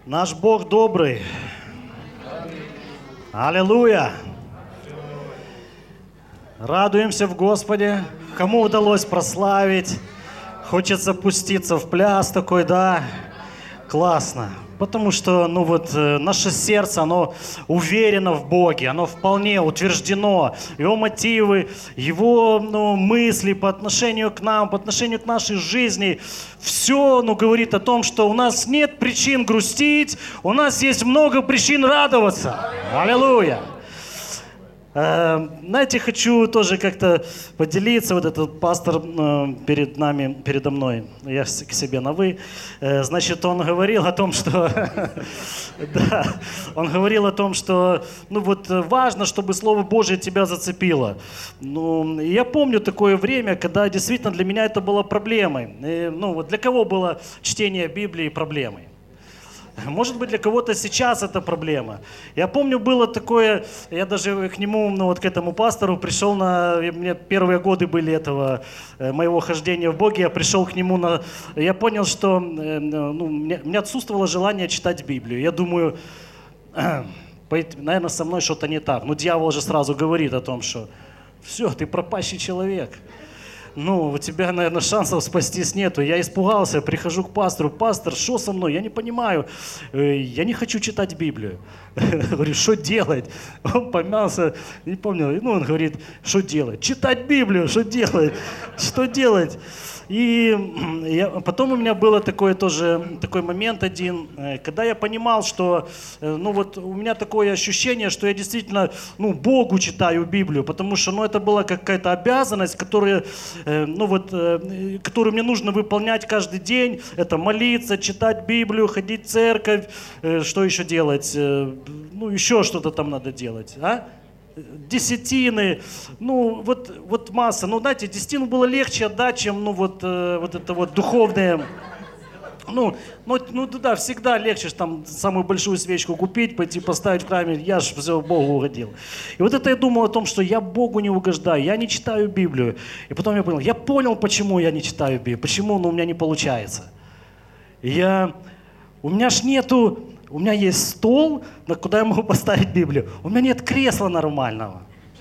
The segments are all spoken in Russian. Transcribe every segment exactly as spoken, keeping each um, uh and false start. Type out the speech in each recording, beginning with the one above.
Наш Бог добрый. Аллилуйя. Радуемся в Господе. Кому удалось прославить, хочется пуститься в пляс такой, да? Классно. Потому что, ну вот, наше сердце, оно уверено в Боге, оно вполне утверждено. Его мотивы, его ну, мысли по отношению к нам, по отношению к нашей жизни, все, ну, говорит о том, что у нас нет причин грустить, у нас есть много причин радоваться. Аллилуйя. Знаете, хочу тоже как-то поделиться. Вот этот пастор перед нами, передо мной, я к себе на «вы», значит, он говорил о том, что... Да, он говорил о том, что ну вот важно, чтобы Слово Божие тебя зацепило. Ну, я помню такое время, когда действительно для меня это было проблемой. И, ну, вот для кого было чтение Библии проблемой? Может быть, для кого-то сейчас это проблема. Я помню, было такое, я даже к нему, ну вот к этому пастору пришел на, у меня первые годы были этого, моего хождения в Боге, я пришел к нему на, я понял, что ну, у меня отсутствовало желание читать Библию. Я думаю, наверное, со мной что-то не так. Ну, дьявол же сразу говорит о том, что все, ты пропащий человек. Ну, у тебя, наверное, шансов спастись нету. Я испугался, прихожу к пастору. Пастор, что со мной? Я не понимаю. Я не хочу читать Библию. Говорю, что делать? Он помялся, не помню. Ну, он говорит, что делать? Читать Библию, что делать? Что делать? И я, потом у меня был такой тоже такой момент один, когда я понимал, что ну вот у меня такое ощущение, что я действительно ну, Богу читаю Библию, потому что ну, это была какая-то обязанность, которая, ну, вот, которую мне нужно выполнять каждый день. Это молиться, читать Библию, ходить в церковь, что еще делать? Ну, еще что-то там надо делать, а? Десятины, ну вот, вот масса. Ну, знаете, десятину было легче отдать, чем ну вот, э, вот это вот духовное. Ну, ну, ну да, всегда легче там самую большую свечку купить, пойти поставить в храме, я же все Богу угодил. И вот это я думал о том, что я Богу не угождаю, я не читаю Библию. И потом я понял, я понял, почему я не читаю Библию, почему ну, у меня не получается. Я, у меня ж нету... У меня есть стол, куда я могу поставить Библию. У меня нет кресла нормального.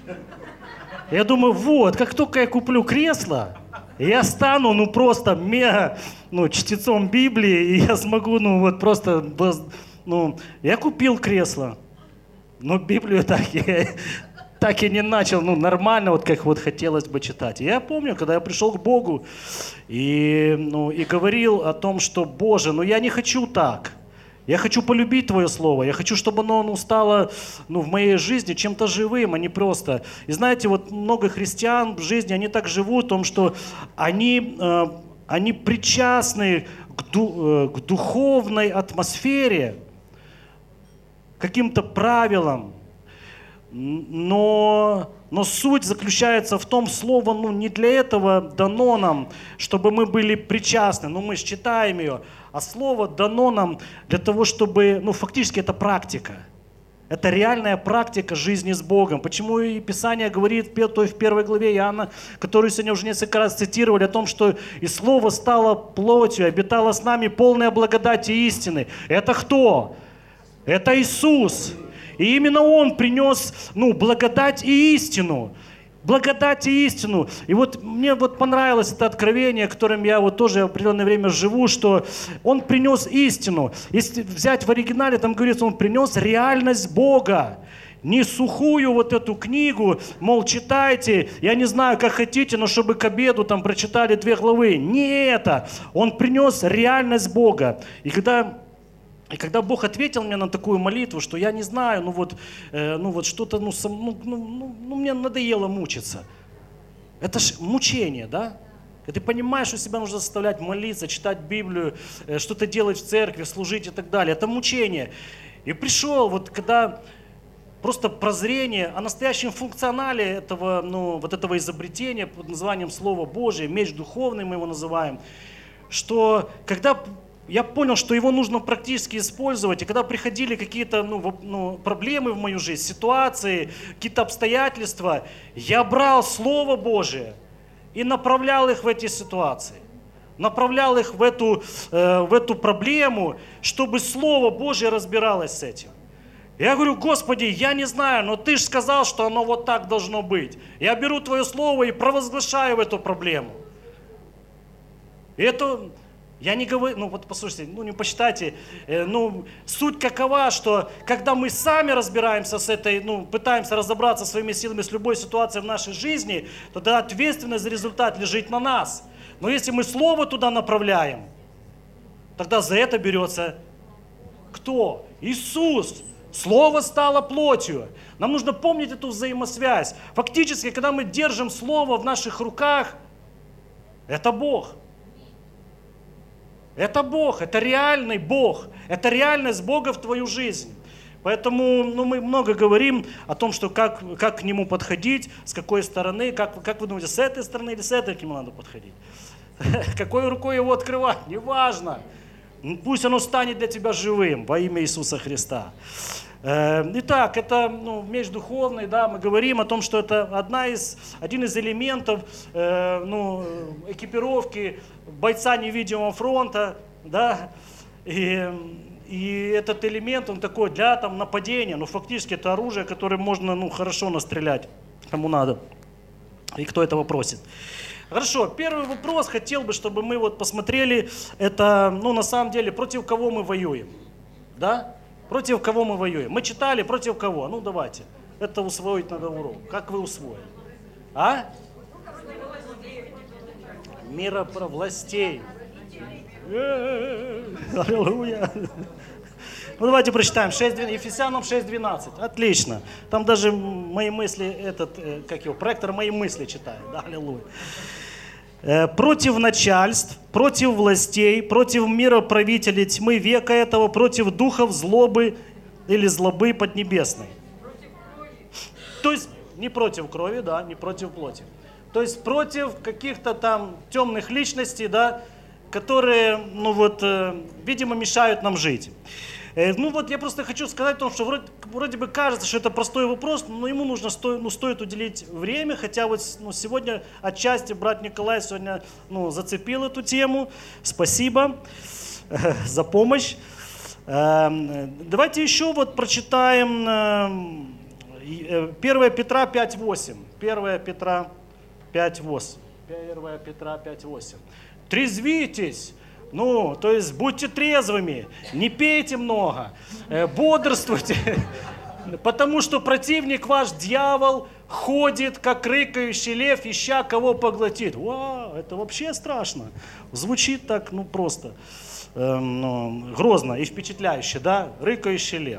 Я думаю, вот, как только я куплю кресло, я стану, ну, просто мега, ну, чтецом Библии, и я смогу, ну, вот просто, ну, я купил кресло, но Библию так и, так и не начал, ну, нормально, вот как вот хотелось бы читать. И я помню, когда я пришел к Богу и, ну, и говорил о том, что, Боже, ну, я не хочу так. Я хочу полюбить Твое Слово, я хочу, чтобы оно ну, стало ну, в моей жизни чем-то живым, а не просто. И знаете, вот много христиан в жизни, они так живут, в том, что они, э, они причастны к, ду, э, к духовной атмосфере, к каким-то правилам, но, но суть заключается в том, слово ну, не для этого дано нам, чтобы мы были причастны, но мы же читаем ее, а слово дано нам для того, чтобы, ну, фактически это практика. Это реальная практика жизни с Богом. Почему и Писание говорит в первой главе Иоанна, которую сегодня уже несколько раз цитировали, о том, что и Слово стало плотью, обитало с нами полная благодати и истины. Это кто? Это Иисус. И именно Он принес, ну, благодать и истину. Благодать и истину. И вот мне вот понравилось это откровение, которым я вот тоже определенное время живу, что Он принес истину. Если взять в оригинале, там говорится, Он принес реальность Бога. Не сухую вот эту книгу, мол, читайте, я не знаю, как хотите, но чтобы к обеду там прочитали две главы. Не это. Он принес реальность Бога. И когда... И когда Бог ответил мне на такую молитву, что я не знаю, ну вот, э, ну вот что-то, ну, сам, ну, ну, ну мне надоело мучиться. Это ж мучение, да? Когда ты понимаешь, что себя нужно заставлять молиться, читать Библию, э, что-то делать в церкви, служить и так далее. Это мучение. И пришел, вот когда просто прозрение о настоящем функционале этого, ну, вот этого изобретения под названием Слово Божие, меч духовный мы его называем, что когда... Я понял, что его нужно практически использовать. И когда приходили какие-то ну, ну, проблемы в мою жизнь, ситуации, какие-то обстоятельства, я брал Слово Божие и направлял их в эти ситуации. направлял их в эту, э, в эту проблему, чтобы Слово Божье разбиралось с этим. Я говорю: Господи, я не знаю, но Ты же сказал, что оно вот так должно быть. Я беру Твое Слово и провозглашаю эту проблему. И это, я не говорю, ну вот послушайте, ну не посчитайте, э, ну суть какова, что когда мы сами разбираемся с этой, ну пытаемся разобраться своими силами с любой ситуацией в нашей жизни, то тогда ответственность за результат лежит на нас. Но если мы Слово туда направляем, тогда за это берется кто? Иисус. Слово стало плотью. Нам нужно помнить эту взаимосвязь. Фактически, когда мы держим Слово в наших руках, это Бог. Это Бог, это реальный Бог. Это реальность Бога в твою жизнь. Поэтому ну, мы много говорим о том, что как, как к Нему подходить, с какой стороны, как, как вы думаете, с этой стороны или с этой к Нему надо подходить? Какой рукой его открывать? Неважно. Пусть оно станет для тебя живым во имя Иисуса Христа. Итак, это ну, меч духовный, да, мы говорим о том, что это одна из, один из элементов э, ну, экипировки бойца невидимого фронта, да, и, и этот элемент, он такой для там, нападения, но фактически это оружие, которым можно ну, хорошо настрелять, кому надо, и кто этого просит. Хорошо, первый вопрос хотел бы, чтобы мы вот посмотрели, это, ну, на самом деле, против кого мы воюем, да? Против кого мы воюем? Мы читали, против кого? Ну, давайте. Это усвоить надо урок. Как вы усвоили? А? Мироправластей. Аллилуйя. Ну, давайте прочитаем. Ефесянам шесть двенадцать. Отлично. Там даже мои мысли, этот, как его, проектор мои мысли читает. Да, аллилуйя. Против начальств, против властей, против мироправителей тьмы века этого, против духов злобы или злобы поднебесной. То есть не против крови, да, не против плоти. То есть против каких-то там темных личностей, да, которые, ну вот, видимо, мешают нам жить. Ну вот я просто хочу сказать о том, что вроде, вроде бы кажется, что это простой вопрос, но ему нужно сто, ну, стоит уделить время, хотя вот ну, сегодня отчасти брат Николай сегодня ну, зацепил эту тему. Спасибо э, за помощь. Э, давайте еще вот прочитаем э, первое Петра пять восемь. первое Петра пять восемь. первое Петра пять восемь. Трезвитесь. Ну, то есть будьте трезвыми, не пейте много, э, бодрствуйте, потому что противник ваш, дьявол, ходит, как рыкающий лев, ища кого поглотит. Вау, это вообще страшно. Звучит так, ну, просто э, ну, грозно и впечатляюще, да, рыкающий лев.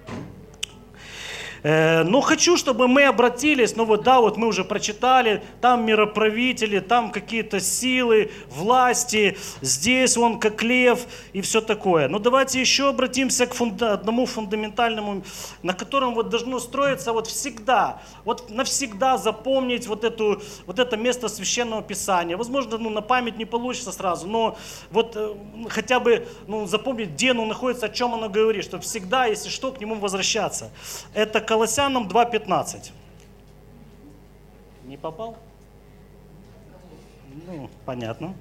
Но хочу, чтобы мы обратились, ну вот да, вот мы уже прочитали, там мироправители, там какие-то силы, власти, здесь он как лев и все такое. Но давайте еще обратимся к фунда- одному фундаментальному, на котором вот должно строиться вот всегда, вот навсегда запомнить вот, эту, вот это место Священного Писания. Возможно, ну, на память не получится сразу, но вот э, хотя бы ну, запомнить, где оно находится, о чем оно говорит, чтобы всегда, если что, к нему возвращаться. Это Колоссянам два пятнадцать. Не попал? Ну, понятно.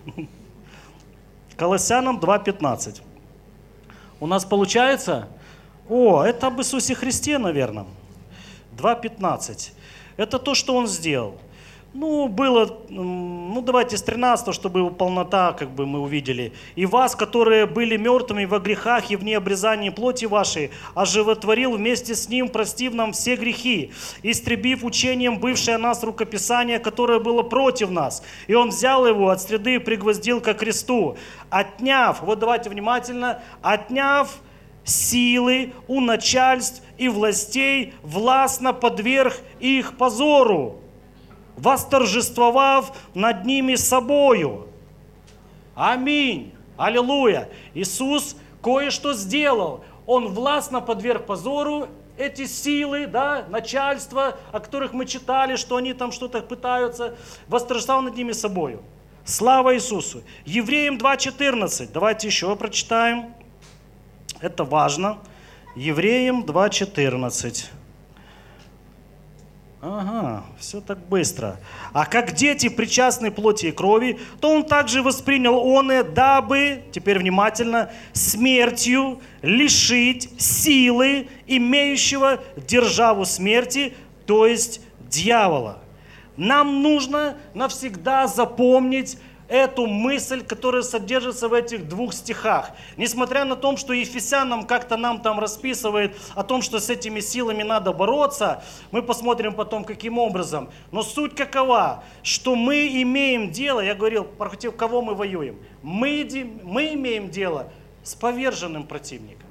Колоссянам два пятнадцать. У нас получается? О, это об Иисусе Христе, наверное. два пятнадцать. Это то, что Он сделал. Ну, было, ну, давайте с тринадцатого, чтобы полнота, как бы мы увидели. «И вас, которые были мертвыми во грехах и в необрезании плоти вашей, оживотворил вместе с Ним, простив нам все грехи, истребив учением бывшее нас рукописание, которое было против нас. И Он взял его от среды и пригвоздил ко кресту, отняв», вот давайте внимательно, «отняв силы у начальств и властей, властно подверг их позору, восторжествовав над ними собою». Аминь. Аллилуйя. Иисус кое-что сделал. Он властно подверг позору эти силы, да, начальства, о которых мы читали, что они там что-то пытаются, восторжествовал над ними собою. Слава Иисусу. Евреям два четырнадцать. Давайте еще прочитаем. Это важно. Евреям два четырнадцать. Ага, все так быстро. А как дети причастны плоти и крови, то он также воспринял оное, дабы, теперь внимательно, смертью лишить силы имеющего державу смерти, то есть дьявола. Нам нужно навсегда запомнить эту мысль, которая содержится в этих двух стихах. Несмотря на то, что Ефесянам как-то нам там расписывает о том, что с этими силами надо бороться, мы посмотрим потом, каким образом. Но суть какова, что мы имеем дело, я говорил, против кого мы воюем. Мы, мы имеем дело с поверженным противником.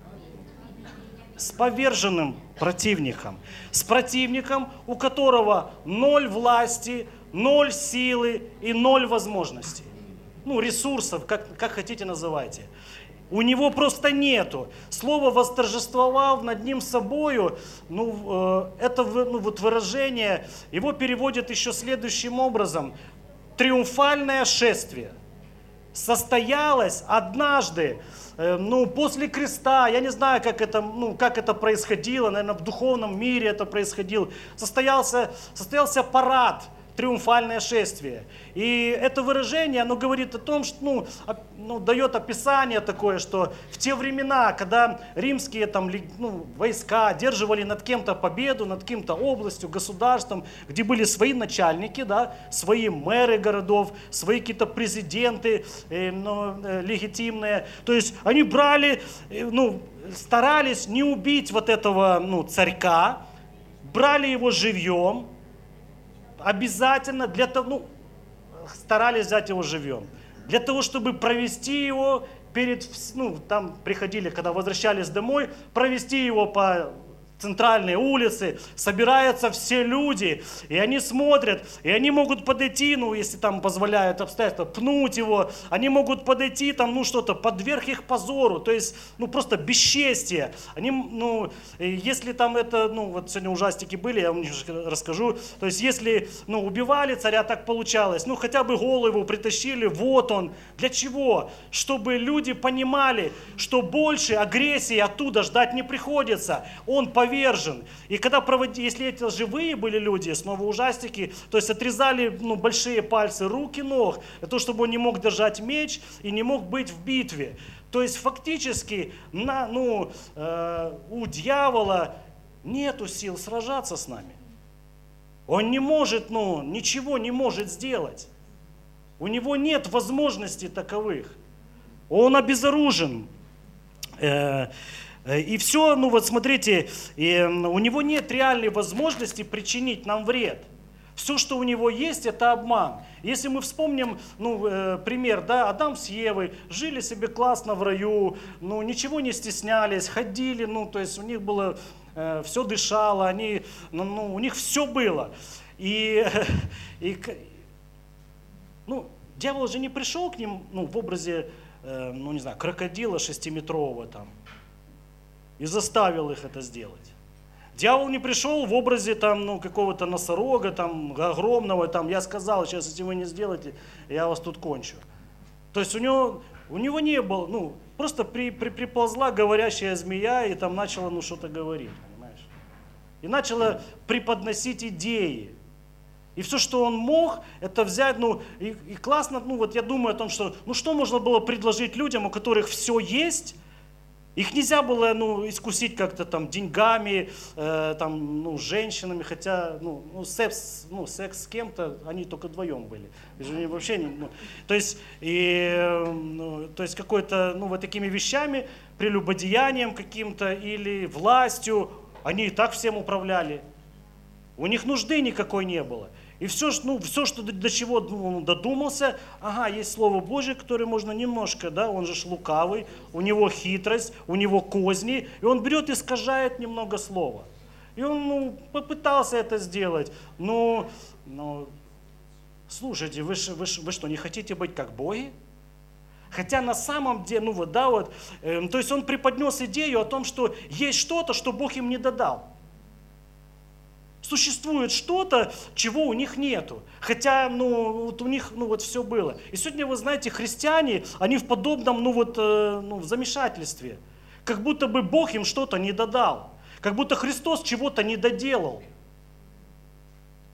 С поверженным противником. С противником, у которого ноль власти, ноль силы и ноль возможностей. Ну, ресурсов, как, как хотите называйте. У него просто нету. Слово «восторжествовав над ним собою», ну, э, это ну, вот выражение, его переводят еще следующим образом. Триумфальное шествие состоялось однажды, э, ну, после креста, я не знаю, как это, ну, как это происходило, наверное, в духовном мире это происходило, состоялся, состоялся парад, триумфальное шествие. И это выражение, оно говорит о том, что, ну, ну, дает описание такое, что в те времена, когда римские там, ну, войска одерживали над кем-то победу, над каким-то областью, государством, где были свои начальники, да, свои мэры городов, свои какие-то президенты э, ну, э, легитимные, то есть они брали, э, ну, старались не убить вот этого, ну, царька, брали его живьем, обязательно для того, ну, старались взять его живьем, для того, чтобы провести его перед, ну, там приходили, когда возвращались домой, провести его по центральной улице, собираются все люди, и они смотрят, и они могут подойти, ну, если там позволяют обстоятельства, пнуть его, они могут подойти, там, ну, что-то, подверг их позору, то есть, ну, просто бесчестие. Они, ну, если там это, ну, вот сегодня ужастики были, я вам немножко расскажу, то есть, если, ну, убивали царя, так получалось, ну, хотя бы голову притащили, вот он. Для чего? Чтобы люди понимали, что больше агрессии оттуда ждать не приходится. Он повержен. И когда проводили, если это живые были люди, снова ужастики, то есть отрезали, ну, большие пальцы рук и ног, для того, чтобы он не мог держать меч и не мог быть в битве. То есть фактически на, ну, э, у дьявола нету сил сражаться с нами. Он не может, ну, ничего не может сделать. У него нет возможностей таковых. Он обезоружен. Э, И все, ну вот смотрите, и у него нет реальной возможности причинить нам вред. Все, что у него есть, это обман. Если мы вспомним, ну, э, пример, да, Адам с Евой жили себе классно в раю, ну, ничего не стеснялись, ходили, ну, то есть у них было, э, все дышало, они, ну, ну, у них все было. И, и, ну, дьявол же не пришел к ним, ну, в образе, э, ну, не знаю, крокодила шестиметрового там, и заставил их это сделать. Дьявол не пришел в образе там, ну, какого-то носорога, там, огромного, там, я сказал, сейчас, если вы не сделаете, я вас тут кончу. То есть у него, у него не было, ну, просто при, при, приползла говорящая змея и там начала, ну, что-то говорить, понимаешь? И начала преподносить идеи. И все, что он мог, это взять, ну, и, и классно, ну, вот я думаю о том, что, ну, что можно было предложить людям, у которых все есть. Их нельзя было, ну, искусить как-то там деньгами, э, там, ну, женщинами, хотя, ну, ну, секс, ну, секс с кем-то, они только вдвоем были. Они вообще не, ну, то есть, и, ну, то есть какой-то, ну, вот такими вещами, прелюбодеянием каким-то или властью, они и так всем управляли. У них нужды никакой не было. И все, ну, все, что до, до чего он додумался, ага, есть Слово Божие, которое можно немножко, да, он же ж лукавый, у него хитрость, у него козни, и он берет и искажает немного слова. И он, ну, попытался это сделать, но, но слушайте, вы, вы, вы что, не хотите быть как боги? Хотя на самом деле, ну вот, да, вот, э, то есть он преподнес идею о том, что есть что-то, что Бог им не додал. Существует что-то, чего у них нету. Хотя, ну, вот у них, ну, вот все было. И сегодня, вы знаете, христиане, они в подобном, ну, вот, э, ну, в замешательстве. Как будто бы Бог им что-то не додал. Как будто Христос чего-то не доделал.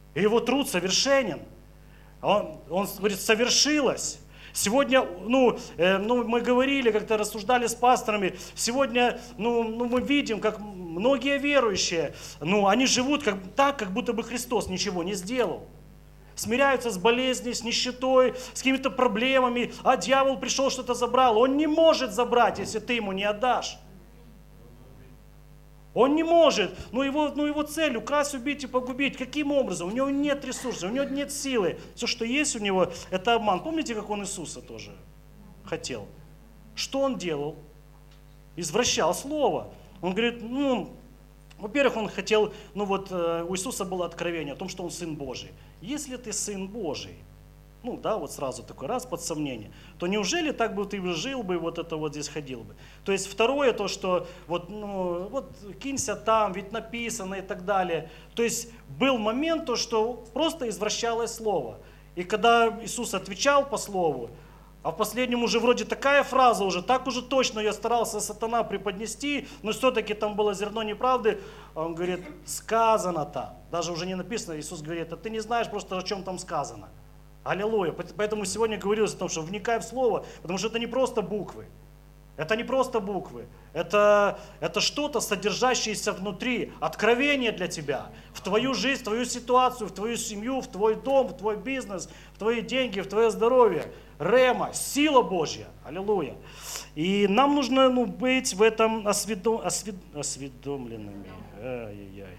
И его труд совершенен. Он, он говорит, совершилось. Сегодня, ну, э, ну, мы говорили, как-то рассуждали с пасторами, сегодня, ну, ну, мы видим, как многие верующие, ну, они живут как, так, как будто бы Христос ничего не сделал. Смиряются с болезнью, с нищетой, с какими-то проблемами, а дьявол пришел, что-то забрал. Он не может забрать, если ты ему не отдашь. Он не может, ну его, ну его цель украсть, убить и погубить. Каким образом? У него нет ресурсов, у него нет силы. Все, что есть у него, это обман. Помните, как он Иисуса тоже хотел? Что он делал? Извращал слово. Он говорит, ну, во-первых, он хотел, ну вот у Иисуса было откровение о том, что он Сын Божий. Если ты Сын Божий, ну да, вот сразу такой раз под сомнение, то неужели так бы ты жил бы, вот это вот здесь ходил бы? То есть второе, то, что вот, ну, вот кинься там, ведь написано и так далее. То есть был момент, то, что просто извращалось слово. И когда Иисус отвечал по слову, а в последнем уже вроде такая фраза уже, так уже точно ее старался сатана преподнести, но все-таки там было зерно неправды, он говорит, сказано там. Даже уже не написано, Иисус говорит, а ты не знаешь просто, о чем там сказано. Аллилуйя. Поэтому сегодня говорилось о том, что вникай в слово, потому что это не просто буквы. Это не просто буквы. Это, это что-то, содержащееся внутри, откровение для тебя, в твою жизнь, в твою ситуацию, в твою семью, в твой дом, в твой бизнес, в твои деньги, в твое здоровье. Рема, сила Божья. Аллилуйя. И нам нужно, ну, быть в этом осведом, освед, осведомленными. Ай-яй-яй.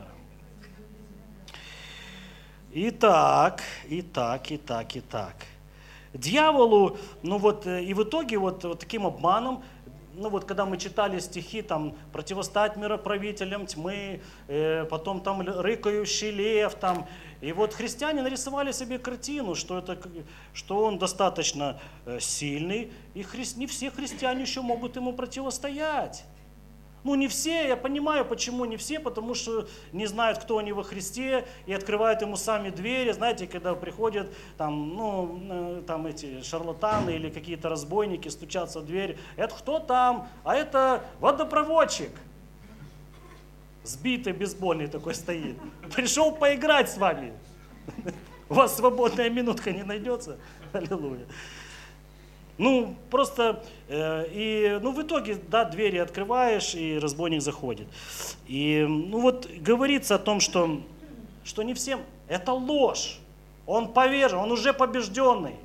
Итак, итак, итак, итак. Дьяволу, ну вот, и в итоге вот, вот таким обманом, ну вот когда мы читали стихи, там, противостать мироправителям тьмы, э, потом там рыкающий лев, там, и вот христиане нарисовали себе картину, что, это, что он достаточно сильный, и хри... не все христиане еще могут ему противостоять. Ну, не все, я понимаю, почему не все, потому что не знают, кто они во Христе, и открывают ему сами двери. Знаете, когда приходят там, ну, там эти шарлатаны или какие-то разбойники, стучатся в дверь. Это кто там? А это водопроводчик. Сбитый, бейсбольный такой стоит. Пришел поиграть с вами. У вас свободная минутка не найдется? Аллилуйя. Ну, просто, э, и, ну, в итоге, да, двери открываешь, и разбойник заходит. И, ну, вот говорится о том, что, что не всем, это ложь. Он повержен, он уже побежденный.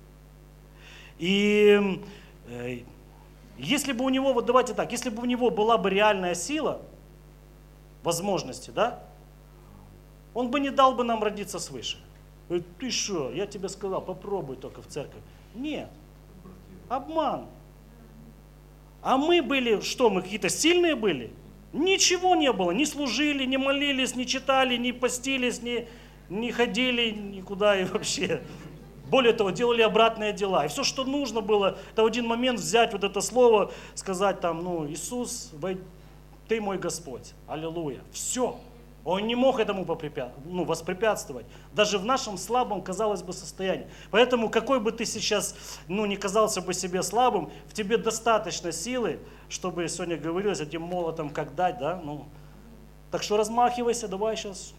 И э, если бы у него, вот давайте так, если бы у него была бы реальная сила, возможности, да, он бы не дал бы нам родиться свыше. Говорит, ты что, я тебе сказал, попробуй только в церковь. Нет. Обман. А мы были, что, мы какие-то сильные были? Ничего не было, не служили, не молились, не читали, не постились, не, не ходили никуда и вообще. Более того, делали обратные дела. И все, что нужно было, это в один момент взять вот это слово, сказать там, ну, Иисус, ты мой Господь, аллилуйя. Все. Он не мог этому ну, воспрепятствовать. Даже в нашем слабом, казалось бы, состоянии. Поэтому, какой бы ты сейчас ну, не казался бы себе слабым, в тебе достаточно силы, чтобы, сегодня говорилось, этим молотом как дать, да? Ну, так что размахивайся, давай сейчас.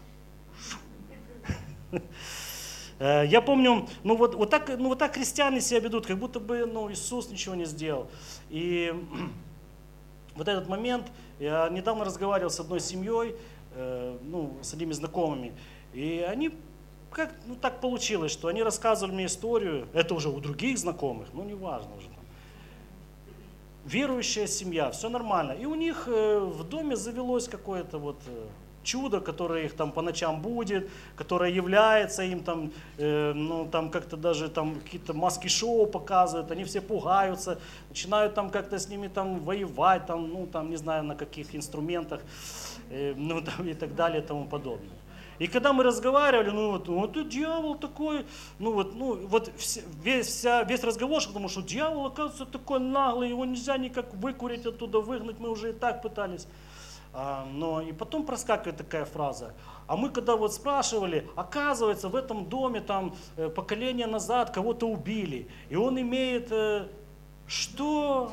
Я помню, ну вот, вот, так, ну вот так христиане себя ведут, как будто бы ну, Иисус ничего не сделал. И вот этот момент, я недавно разговаривал с одной семьей, ну, с одними знакомыми, и они, как, ну, так получилось, что они рассказывали мне историю, это уже у других знакомых, ну, неважно уже там, верующая семья, все нормально, и у них в доме завелось какое-то вот чудо, которое их там по ночам будет, которое является им там, э, ну, там как-то даже там какие-то маски-шоу показывают, они все пугаются, начинают там как-то с ними там воевать, там, ну, там, не знаю, на каких инструментах, э, ну, там, и так далее, и тому подобное. И когда мы разговаривали, ну вот, вот и дьявол такой, ну вот, ну вот вся, весь, вся, весь разговор, потому что дьявол, оказывается, такой наглый, его нельзя никак выкурить оттуда, выгнать, мы уже и так пытались. А, но и потом проскакивает такая фраза. А мы когда вот спрашивали, оказывается, в этом доме там поколение назад кого-то убили, и он имеет, э, что?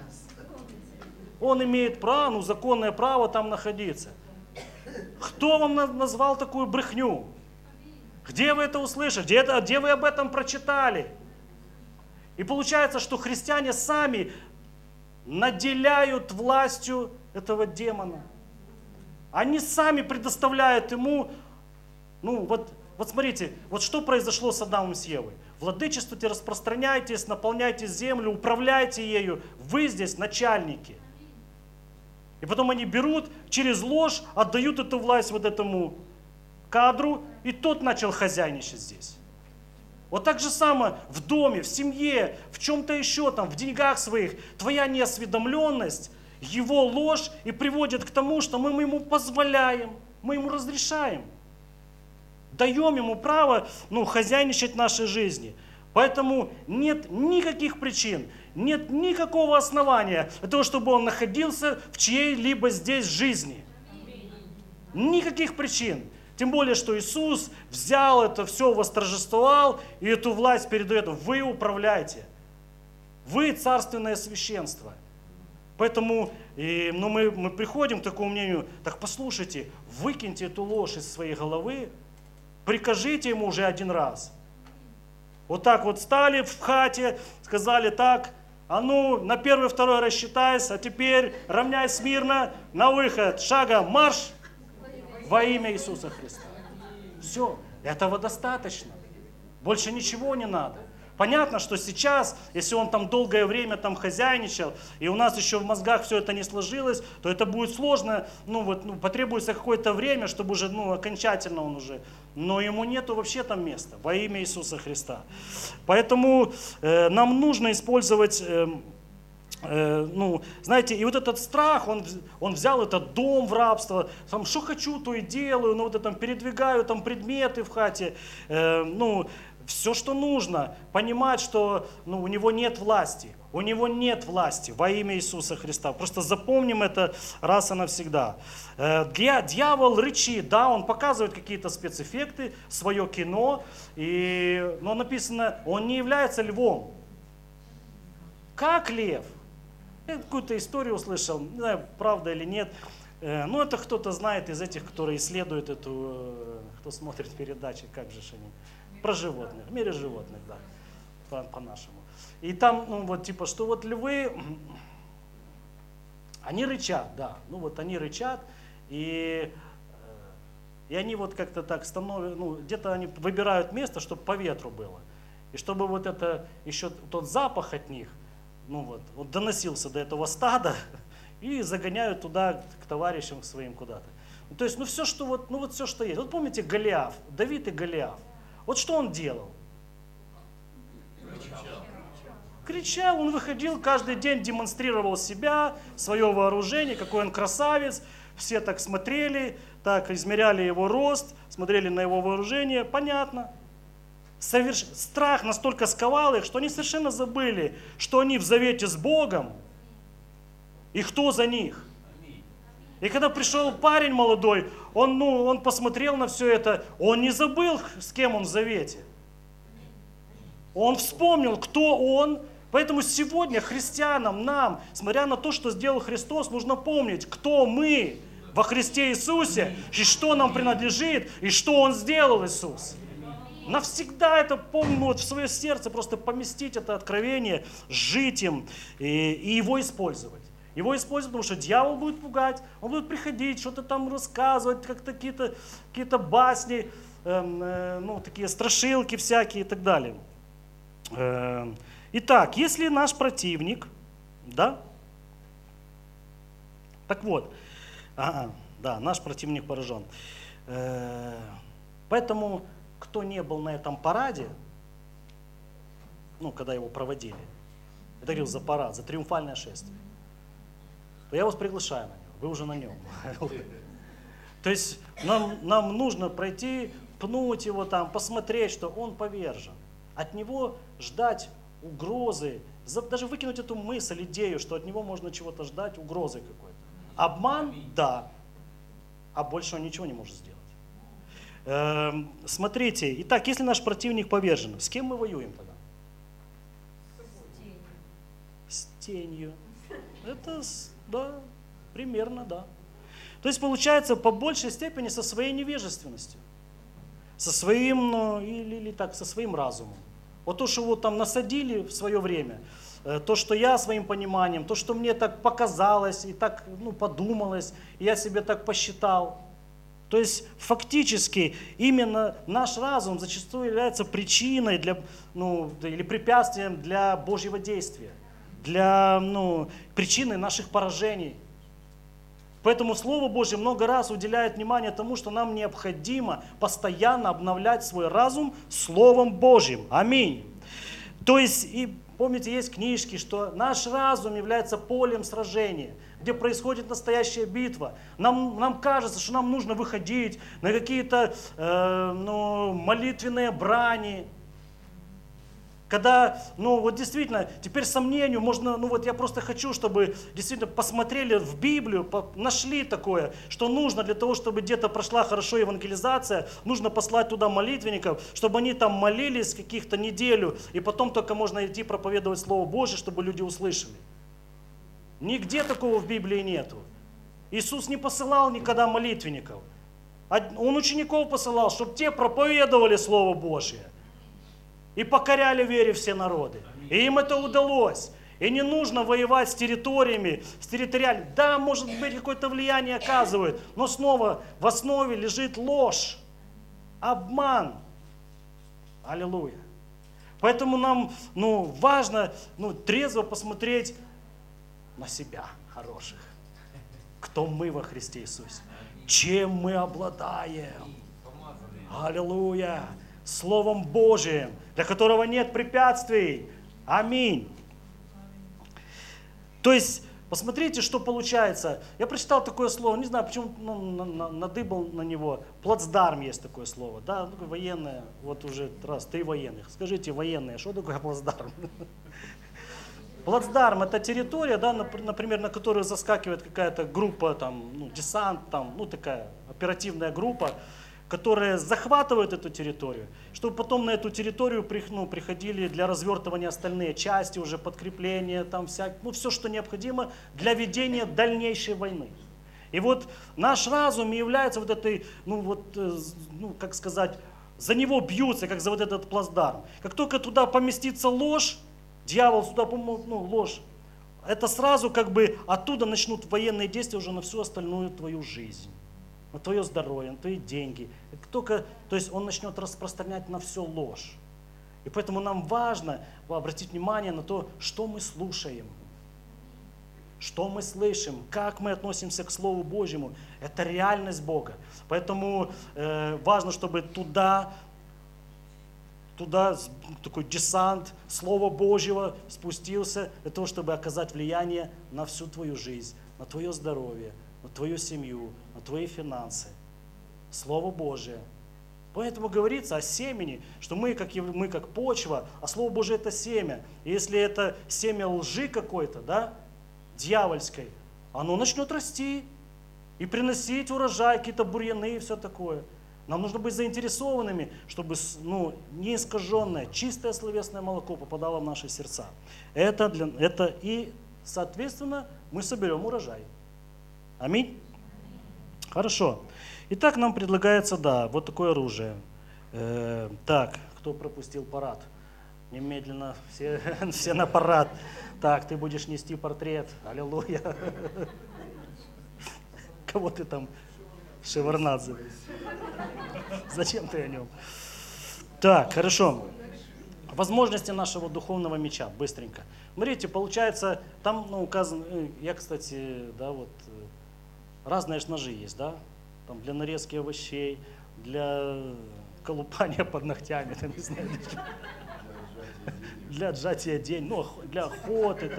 Он имеет право, ну законное право там находиться. Кто вам назвал такую брехню? Где вы это услышали? Где, это, где вы об этом прочитали? И получается, что христиане сами наделяют властью этого демона. Они сами предоставляют ему, ну вот, вот смотрите, вот что произошло с Адамом и с Евой. Владычествуйте, распространяйтесь, наполняйте землю, управляйте ею. Вы здесь начальники. И потом они берут, через ложь отдают эту власть вот этому кадру, и тот начал хозяйничать здесь. Вот так же самое в доме, в семье, в чем-то еще, там, в деньгах своих. Твоя неосведомленность, его ложь и приводит к тому, что мы ему позволяем, мы ему разрешаем. Даем ему право, ну, хозяйничать в нашей жизни. Поэтому нет никаких причин, нет никакого основания для того, чтобы он находился в чьей-либо здесь жизни. Никаких причин. Тем более, что Иисус взял это все, восторжествовал, и эту власть передает. Вы управляете. Вы царственное священство. Поэтому и, ну, мы, мы приходим к такому мнению, так послушайте, выкиньте эту ложь из своей головы, прикажите ему уже один раз. Вот так вот стали в хате, сказали так, а ну на первый, второй рассчитайся, а теперь равняй смирно, на выход, шагом марш во имя Иисуса Христа. Все, этого достаточно. Больше ничего не надо. Понятно, что сейчас, если он там долгое время там хозяйничал, и у нас еще в мозгах все это не сложилось, то это будет сложно, ну вот, ну, потребуется какое-то время, чтобы уже, ну, окончательно он уже, но ему нету вообще там места, во имя Иисуса Христа. Поэтому э, нам нужно использовать, э, э, ну, знаете, и вот этот страх, он, он взял этот дом в рабство, там, что хочу, то и делаю, ну, вот это, там, передвигаю там предметы в хате, э, ну, все, что нужно, понимать, что, ну, у него нет власти. У него нет власти во имя Иисуса Христа. Просто запомним это раз и навсегда. Дьявол рычит, да, он показывает какие-то спецэффекты, свое кино, и, но написано, он не является львом. Как лев? Я какую-то историю услышал, не знаю, правда или нет. Ну, это кто-то знает из этих, которые исследуют эту, кто смотрит передачи, как же они. Про животных, в мире животных, да, по- по-нашему. И там, ну вот, типа, что вот львы, они рычат, да, ну вот они рычат, и, и они вот как-то так становятся, ну, где-то они выбирают место, чтобы по ветру было. И чтобы вот это, еще тот запах от них, ну вот, вот доносился до этого стада, и загоняют туда к товарищам своим куда-то. Ну, то есть, ну все, что вот, ну вот все, что есть. Вот помните Голиаф, Давид и Голиаф. Вот что он делал? Кричал. Кричал, он выходил каждый день, демонстрировал себя, свое вооружение, какой он красавец. Все так смотрели, так измеряли его рост, смотрели на его вооружение. Понятно. Соверш... Страх настолько сковал их, что они совершенно забыли, что они в завете с Богом и кто за них. И когда пришел парень молодой, он, ну, он посмотрел на все это, он не забыл, с кем он в завете. Он вспомнил, кто он. Поэтому сегодня христианам, нам, смотря на то, что сделал Христос, нужно помнить, кто мы во Христе Иисусе, и что нам принадлежит, и что Он сделал, Иисус. Навсегда это помнить, вот в свое сердце, просто поместить это откровение, жить им и, и его использовать. Его используют, потому что дьявол будет пугать, он будет приходить, что-то там рассказывать, как-то какие-то, какие-то басни, э, э, ну, такие страшилки всякие и так далее. Э, итак, если наш противник, да, так вот, ага, да, наш противник поражен. Э, поэтому, кто не был на этом параде, ну, когда его проводили, я говорил за парад, за триумфальное шествие, то я вас приглашаю на него, вы уже на нем. То есть нам, нам нужно пройти, пнуть его там, посмотреть, что он повержен. От него ждать угрозы, даже выкинуть эту мысль, идею, что от него можно чего-то ждать, угрозы какой-то. Обман, да, а больше он ничего не может сделать. Эм, смотрите, итак, если наш противник повержен, с кем мы воюем тогда? С тенью. Это... Да, примерно, да. То есть получается по большей степени со своей невежественностью. со своим, ну, или, или так, со своим разумом. Вот то, что вот там насадили в свое время, то, что я своим пониманием, то, что мне так показалось и так, ну, подумалось, и я себе так посчитал. То есть фактически именно наш разум зачастую является причиной для, ну, или препятствием для Божьего действия, для, ну, причиной наших поражений. Поэтому Слово Божье много раз уделяет внимание тому, что нам необходимо постоянно обновлять свой разум Словом Божьим. Аминь. То есть, и помните, есть книжки, что наш разум является полем сражения, где происходит настоящая битва. Нам, нам кажется, что нам нужно выходить на какие-то э, ну, молитвенные брани. Когда, ну вот действительно, теперь сомнению можно, ну вот я просто хочу, чтобы действительно посмотрели в Библию, по, нашли такое, что нужно для того, чтобы где-то прошла хорошо евангелизация, нужно послать туда молитвенников, чтобы они там молились каких-то неделю, и потом только можно идти проповедовать Слово Божие, чтобы люди услышали. Нигде такого в Библии нету. Иисус не посылал никогда молитвенников. Он учеников посылал, чтобы те проповедовали Слово Божие. И покоряли вере все народы. И им это удалось. И не нужно воевать с территориями, с территориальными. Да, может быть, какое-то влияние оказывает, но снова в основе лежит ложь, обман. Аллилуйя. Поэтому нам, ну, важно, ну, трезво посмотреть на себя хороших. Кто мы во Христе Иисусе. Чем мы обладаем. Аллилуйя. Словом Божиим, для которого нет препятствий. Аминь. То есть, посмотрите, что получается. Я прочитал такое слово, не знаю, почему ну, надыбал на него. Плацдарм есть такое слово, да, такое военное, вот уже раз, три военных. Скажите, военные, что такое плацдарм? Плацдарм — это территория, да, например, на которую заскакивает какая-то группа, там, ну, десант, там, ну, такая оперативная группа, которые захватывают эту территорию, чтобы потом на эту территорию ну, приходили для развертывания остальные части, уже подкрепления, там вся, ну, все, что необходимо для ведения дальнейшей войны. И вот наш разум является вот этой, ну вот, ну, как сказать, за него бьются, как за вот этот плацдарм. Как только туда поместится ложь, дьявол сюда, ну, ложь, это сразу как бы оттуда начнут военные действия уже на всю остальную твою жизнь. На твое здоровье, на твои деньги. Только, то есть он начнет распространять на все ложь. И поэтому нам важно обратить внимание на то, что мы слушаем, что мы слышим, как мы относимся к Слову Божьему. Это реальность Бога. Поэтому э, важно, чтобы туда, туда такой десант Слова Божьего спустился для того, чтобы оказать влияние на всю твою жизнь, на твое здоровье, на твою семью, на твои финансы. Слово Божие. Поэтому говорится о семени, что мы как, мы как почва, а Слово Божие это семя. И если это семя лжи какой-то, да, дьявольской, оно начнет расти и приносить урожай, какие-то бурьяны и все такое. Нам нужно быть заинтересованными, чтобы ну, неискаженное, чистое словесное молоко попадало в наши сердца. Это, для, это и, соответственно, мы соберем урожай. Аминь? Хорошо. Итак, нам предлагается, да, вот такое оружие. Э, так, кто пропустил парад? Немедленно все, все на парад. Так, ты будешь нести портрет. Аллилуйя. Кого ты там? Шеварнадзе. Зачем ты о нем? Так, хорошо. Возможности нашего духовного меча. Быстренько. Смотрите, получается, там ну, указано, я, кстати, да, вот, разные ножи есть, да? Там для нарезки овощей, для колупания под ногтями, там, не знаю, для отжатия денег, ну, для охоты,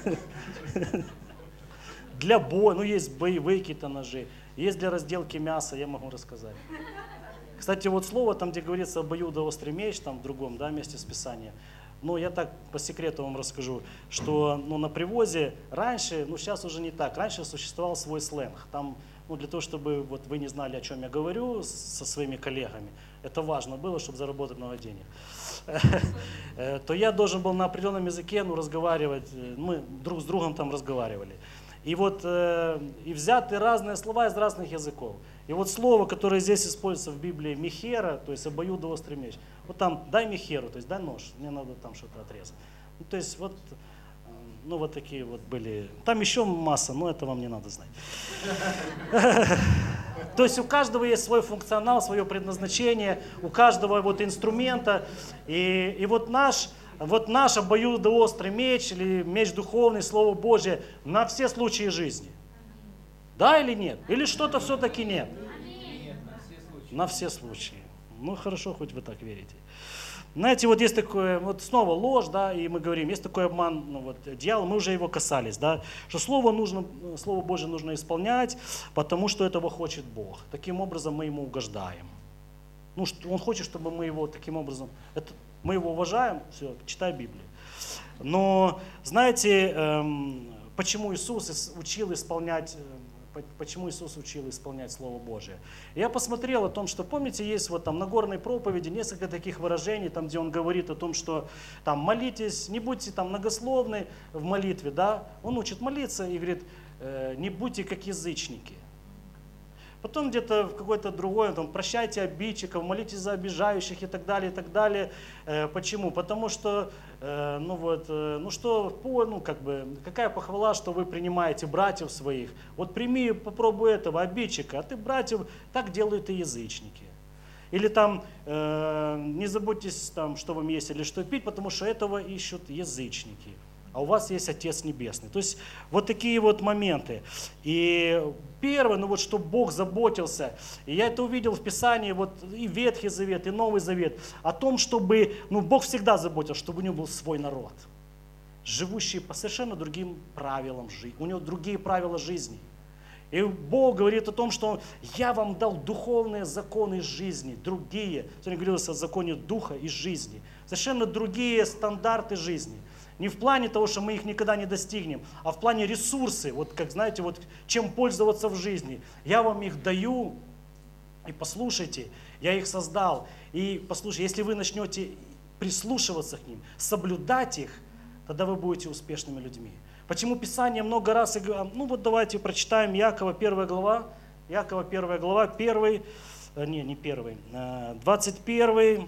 для боя, ну, есть боевые какие-то ножи, есть для разделки мяса, я могу рассказать. Кстати, вот слово, там, где говорится обоюдоострый меч, там, в другом, да, месте Писания, ну, я так по секрету вам расскажу, что ну, на привозе раньше, ну, сейчас уже не так, раньше существовал свой сленг, там, ну, для того, чтобы вот, вы не знали, о чем я говорю со своими коллегами, это важно было, чтобы заработать много денег, то я должен был на определенном языке ну, разговаривать, мы друг с другом там разговаривали. И вот э, и взяты разные слова из разных языков. И вот слово, которое здесь используется в Библии, мехера, то есть обоюдоострый меч. Вот там дай мехеру, то есть дай нож, мне надо там что-то отрезать. Ну, то есть вот, ну вот такие вот были. Там еще масса, но это вам не надо знать. То есть у каждого есть свой функционал, свое предназначение, у каждого вот инструмента. И, и вот наш, вот наш обоюдоострый меч или меч духовный, Слово Божие на все случаи жизни. Да или нет? Или что-то все-таки нет? Нет, на все случаи. На все случаи. Ну хорошо, хоть вы так верите. Знаете, вот есть такое, вот снова ложь, да, и мы говорим, есть такой обман, ну вот, дьявол, мы уже его касались, да, что Слово, нужно, Слово Божие нужно исполнять, потому что этого хочет Бог. Таким образом мы ему угождаем. Ну, что, он хочет, чтобы мы его таким образом, это, мы его уважаем, все, читай Библию. Но, знаете, эм, почему Иисус учил исполнять... Почему Иисус учил исполнять Слово Божие? Я посмотрел о том, что, помните, есть вот там на Нагорной проповеди несколько таких выражений, там, где он говорит о том, что там молитесь, не будьте там многословны в молитве, да? Он учит молиться и говорит, э, не будьте как язычники. Потом где-то в какой-то другой, там, прощайте обидчиков, молитесь за обижающих и так далее, и так далее. Э, почему? Потому что, э, ну вот, э, ну что, по, ну как бы, какая похвала, что вы принимаете братьев своих. Вот прими, попробуй этого обидчика, а ты братьев, так делают и язычники. Или там, э, не заботьтесь, там, что вам есть или что пить, потому что этого ищут язычники. А у вас есть Отец Небесный. То есть вот такие вот моменты. И первое, ну вот что Бог заботился, и я это увидел в Писании, вот и Ветхий Завет, и Новый Завет, о том, чтобы, ну Бог всегда заботился, чтобы у него был свой народ, живущий по совершенно другим правилам жизни, у него другие правила жизни. И Бог говорит о том, что я вам дал духовные законы жизни, другие, сегодня говорилось о законе духа и жизни, совершенно другие стандарты жизни. Не в плане того, что мы их никогда не достигнем, а в плане ресурсы, вот как знаете, вот чем пользоваться в жизни. Я вам их даю, и послушайте, я их создал. И послушайте, если вы начнете прислушиваться к ним, соблюдать их, тогда вы будете успешными людьми. Почему Писание много раз, ну вот давайте прочитаем Иакова первая глава, Иакова первая глава, первый, не, не первый, двадцать первый,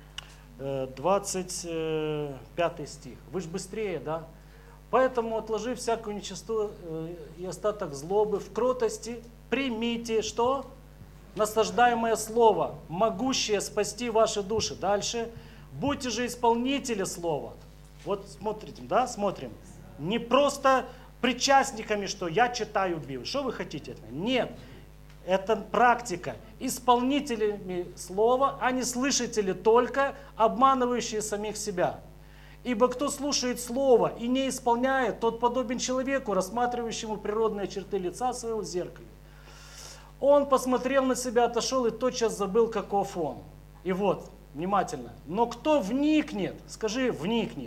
двадцать пятый стих. Вы же быстрее, да? Поэтому, отложив всякую нечистоту и остаток злобы, в кротости примите, что? Насаждаемое слово, могущее спасти ваши души. Дальше. Будьте же исполнители слова. Вот смотрите, да, смотрим. Не просто причастниками, что я читаю Библию. Что вы хотите? Нет. Это практика. Исполнителями слова, а не слышатели только, обманывающие самих себя. Ибо кто слушает слово и не исполняет, тот подобен человеку, рассматривающему природные черты лица своего в зеркале. Он посмотрел на себя, отошел и тотчас забыл, каков он. И вот, внимательно. Но кто вникнет, скажи, вникнет.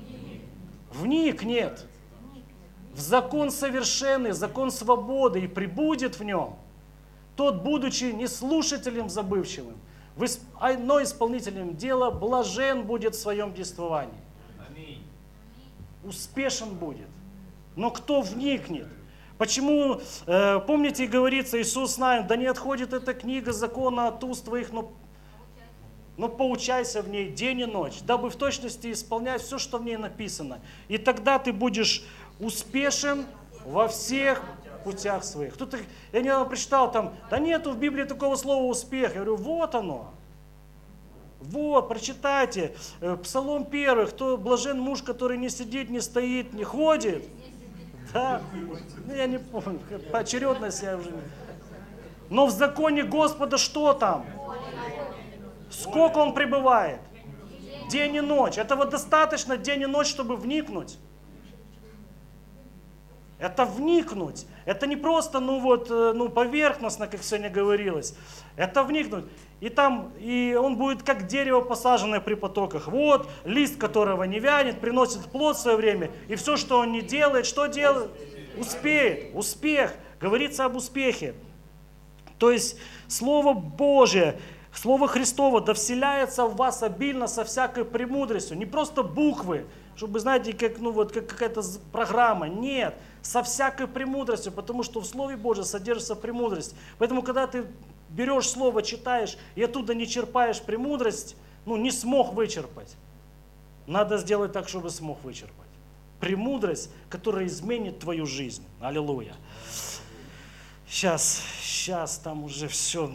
Вникнет в закон совершенный, закон свободы и пребудет в нем, тот, будучи не слушателем забывчивым, но исполнителем дела, блажен будет в своем действовании. Аминь. Успешен будет. Но кто вникнет? Почему, э, помните, говорится, Иисус знает, да не отходит эта книга закона от уст твоих, но, но поучайся в ней день и ночь, дабы в точности исполнять все, что в ней написано. И тогда ты будешь успешен во всех путях своих. Кто-то, я недавно прочитал там, да нету в Библии такого слова успех. Я говорю, вот оно. Вот, прочитайте. Псалом первый, кто блажен муж, который не сидит, не стоит, не ходит. Да, ну, я не помню, поочередность я уже... Но в законе Господа что там? Сколько он пребывает? День и ночь. Этого достаточно день и ночь, чтобы вникнуть. Это вникнуть. Это не просто, ну вот, ну поверхностно, как сегодня говорилось. Это вникнуть. И там, и он будет как дерево, посаженное при потоках. Вот, лист которого не вянет, приносит плод в свое время. И все, что он не делает, что делает? Успеет. Успех. Говорится об успехе. То есть, Слово Божие, Слово Христово да вселяется в вас обильно со всякой премудростью. Не просто буквы. чтобы, знаете, как, ну, вот, как какая-то программа. Нет, со всякой премудростью, потому что в Слове Божьем содержится премудрость. Поэтому, когда ты берешь Слово, читаешь и оттуда не черпаешь премудрость, ну, не смог вычерпать. Надо сделать так, чтобы смог вычерпать. Премудрость, которая изменит твою жизнь. Аллилуйя. Сейчас, сейчас там уже все.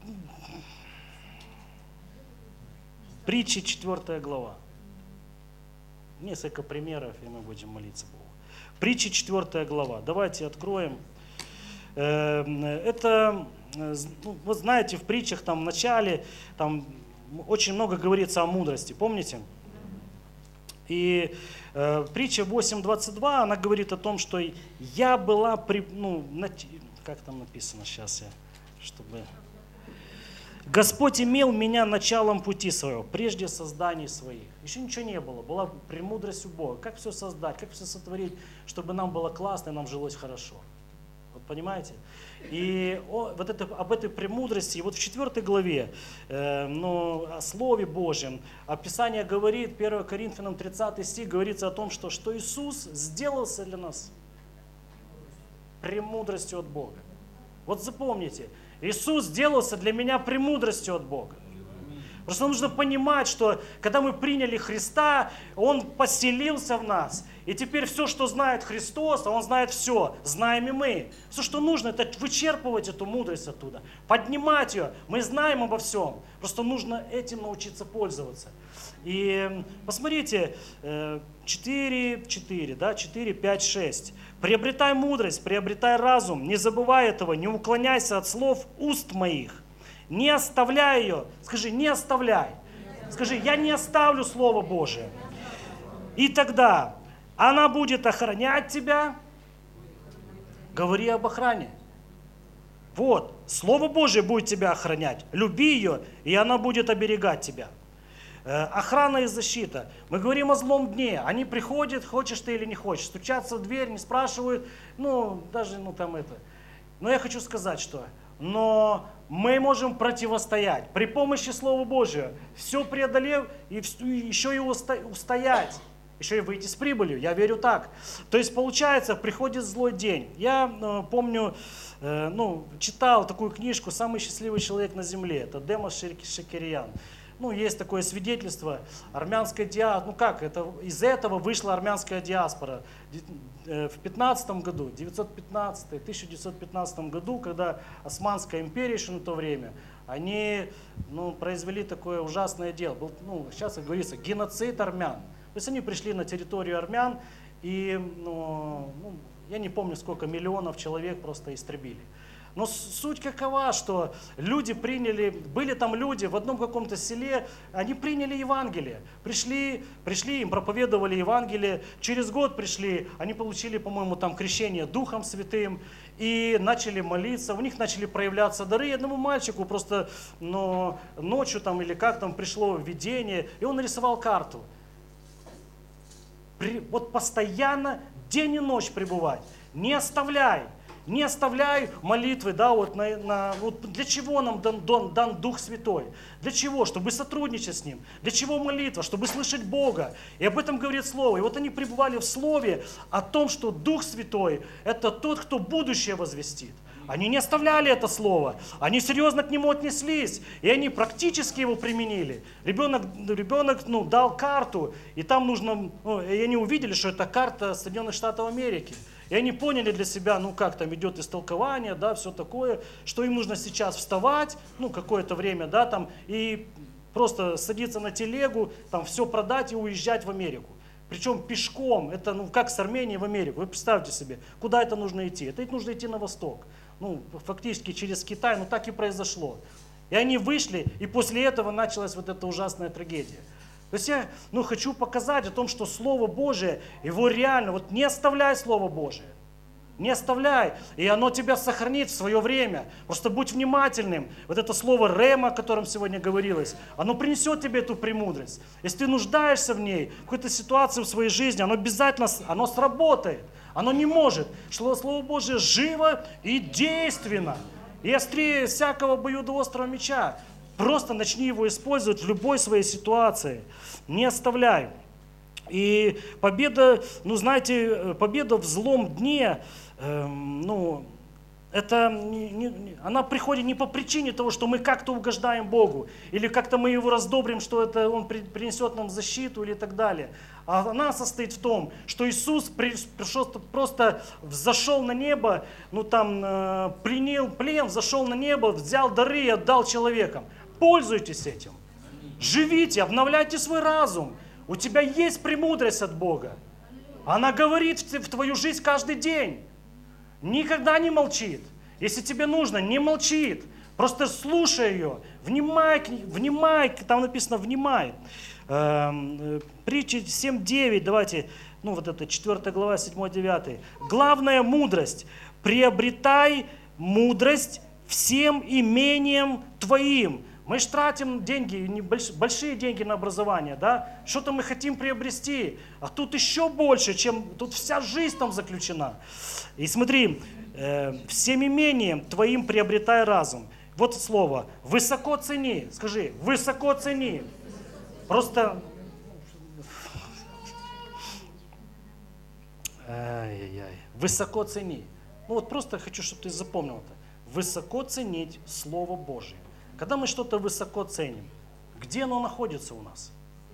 Притчи, четвертая глава. Несколько примеров, и мы будем молиться Богу. Притчи, четвертая глава. Давайте откроем. Это, ну, вы знаете, в притчах там в начале там очень много говорится о мудрости, помните? И э, притча восемь двадцать два, она говорит о том, что я была, при, ну, на, как там написано сейчас, я, чтобы... Господь имел меня началом пути своего, прежде созданий своих. Еще ничего не было, была премудрость у Бога. Как все создать, как все сотворить, чтобы нам было классно и нам жилось хорошо. Вот понимаете? И о, вот это, об этой премудрости, и вот в четвертой главе, э, ну, о Слове Божьем, Писание говорит, первое Коринфянам тридцатый стих, говорится о том, что, что Иисус сделался для нас премудростью от Бога. Вот запомните, Иисус сделался для меня премудростью от Бога. Просто нужно понимать, что когда мы приняли Христа, Он поселился в нас. И теперь все, что знает Христос, а Он знает все, знаем и мы. Все, что нужно, это вычерпывать эту мудрость оттуда, поднимать ее. Мы знаем обо всем. Просто нужно этим научиться пользоваться. И посмотрите, четыре, четыре, да, четыре, пять, шесть. «Приобретай мудрость, приобретай разум, не забывай этого, не уклоняйся от слов уст моих». Не оставляй ее. Скажи, не оставляй. Скажи, я не оставлю Слово Божие. И тогда она будет охранять тебя. Говори об охране. Вот, Слово Божие будет тебя охранять. Люби ее, и она будет оберегать тебя. Охрана и защита. Мы говорим о злом дне. Они приходят, хочешь ты или не хочешь. Стучатся в дверь, не спрашивают. Ну, даже, ну там это. Но я хочу сказать, что... Но мы можем противостоять при помощи Слова Божия, все преодолев и еще и устоять, еще и выйти с прибылью. Я верю так. То есть получается, приходит злой день. Я э, помню, э, ну, читал такую книжку «Самый счастливый человек на земле». Это Демос Шакирьян. Ну, есть такое свидетельство, армянская диаспора, ну как, это, из этого вышла армянская диаспора. В пятнадцатом году, девятьсот пятнадцатом, тысяча девятьсот пятнадцатом году, когда Османская империя еще на то время, они, ну, произвели такое ужасное дело. Был, ну, сейчас, как говорится, геноцид армян. То есть они пришли на территорию армян и, ну, ну, я не помню, сколько миллионов человек просто истребили. Но суть какова, что люди приняли, были там люди в одном каком-то селе, они приняли Евангелие. Пришли, пришли, им проповедовали Евангелие. Через год пришли, они получили, по-моему, там крещение Духом Святым и начали молиться. У них начали проявляться дары. И одному мальчику просто, ну, ночью там или как там пришло видение, и он нарисовал карту. При, вот постоянно день и ночь пребывать. Не оставляй. Не оставляй молитвы, да, вот, на, на, вот для чего нам дан, дан, дан Дух Святой? Для чего? Чтобы сотрудничать с Ним. Для чего молитва? Чтобы слышать Бога. И об этом говорит Слово. И вот они пребывали в Слове о том, что Дух Святой – это тот, кто будущее возвестит. Они не оставляли это слово, они серьезно к нему отнеслись, и они практически его применили. Ребенок, ребенок ну, дал карту, и там нужно, ну, и они увидели, что это карта Соединенных Штатов Америки. И они поняли для себя, ну как там идет истолкование, да, все такое, что им нужно сейчас вставать, ну какое-то время, да, там, и просто садиться на телегу, там все продать и уезжать в Америку. Причем пешком, это ну как с Армении в Америку, вы представьте себе, куда это нужно идти? Это нужно идти на восток, ну фактически через Китай, ну так и произошло. И они вышли, и после этого началась вот эта ужасная трагедия. То есть я ну, хочу показать о том, что Слово Божие, его реально, вот не оставляй Слово Божие, не оставляй, и оно тебя сохранит в свое время. Просто будь внимательным. Вот это слово «рема», о котором сегодня говорилось, оно принесет тебе эту премудрость. Если ты нуждаешься в ней, в какой-то ситуации в своей жизни, оно обязательно, оно сработает. Оно не может. Что Слово Божие живо и действенно, и острее всякого обоюдоострого меча. Просто начни его использовать в любой своей ситуации. Не оставляй. И победа, ну знаете, победа в злом дне, эм, ну, это не, не, она приходит не по причине того, что мы как-то угождаем Богу, или как-то мы его раздобрим, что это Он при, принесет нам защиту или так далее. А она состоит в том, что Иисус пришел, просто взошел на небо, ну там э, принял плен, взошел на небо, взял дары и отдал человекам. Пользуйтесь этим. Живите, обновляйте свой разум. У тебя есть премудрость от Бога. Она говорит в твою жизнь каждый день. Никогда не молчит. Если тебе нужно, не молчит. Просто слушай ее. Внимай, внимай, там написано «внимай». Притчи семь девять, давайте, ну вот это четвёртая глава, седьмой девятый. Главная мудрость. Приобретай мудрость всем имением твоим. Мы же тратим деньги, большие деньги на образование, да? Что-то мы хотим приобрести, а тут еще больше, чем тут вся жизнь там заключена. И смотри, э, всем имением твоим приобретай разум. Вот слово, высоко цени, скажи, высоко цени. Просто, ай-яй-яй, высоко цени. Ну вот просто хочу, чтобы ты запомнил это. Высоко ценить Слово Божие. Когда мы что-то высоко ценим, где оно находится у нас?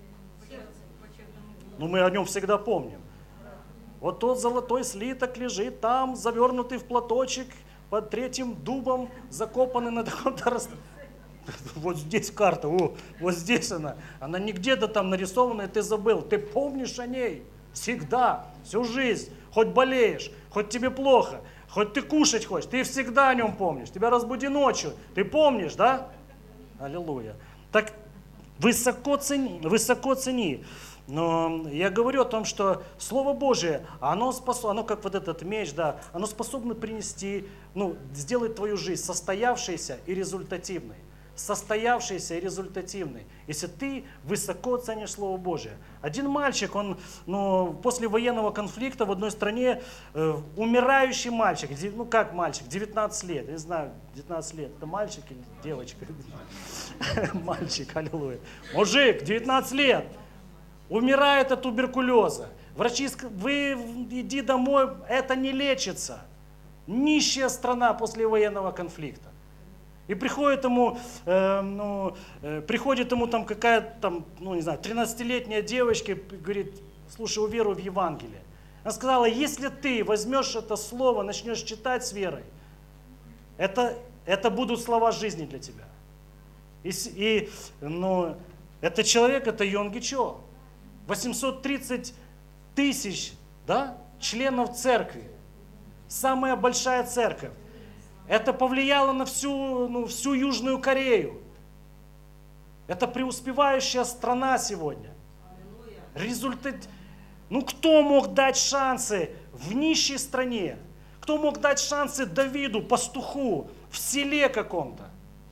Ну, мы о нем всегда помним. Вот тот золотой слиток лежит там, завернутый в платочек, под третьим дубом, закопанный на таком-то расстоянии. Вот здесь карта, о, вот здесь она. Она не где-то там нарисована, и ты забыл. Ты помнишь о ней всегда, всю жизнь. Хоть болеешь, хоть тебе плохо. Хоть ты кушать хочешь, ты всегда о нем помнишь. Тебя разбуди ночью, ты помнишь, да? Аллилуйя. Так высоко цени, высоко цени. Но я говорю о том, что Слово Божие, оно, спос... оно как вот этот меч, да, оно способно принести, ну, сделать твою жизнь состоявшейся и результативной. Состоявшийся и результативный, если ты высоко ценишь Слово Божие. Один мальчик, он ну, после военного конфликта в одной стране, э, умирающий мальчик, ну как мальчик, девятнадцать лет, я не знаю, девятнадцать лет, это мальчик или девочка? Мальчик, аллилуйя. Мужик, девятнадцать лет, умирает от туберкулеза. Врачи сказали, вы иди домой, это не лечится. Нищая страна после военного конфликта. И приходит ему, э, ну, э, приходит ему там какая-то, там, ну, не знаю, тринадцатилетняя девочка, говорит, слушай, уверуй в Евангелие. Она сказала, если ты возьмешь это слово, начнешь читать с верой, это, это будут слова жизни для тебя. И, и ну, этот человек, это Йонгги Чо, восемьсот тридцать тысяч, да, членов церкви, самая большая церковь. Это повлияло на всю, ну, всю Южную Корею. Это преуспевающая страна сегодня. Результат... Ну, кто мог дать шансы в нищей стране? Кто мог дать шансы Давиду, пастуху, в селе каком-то?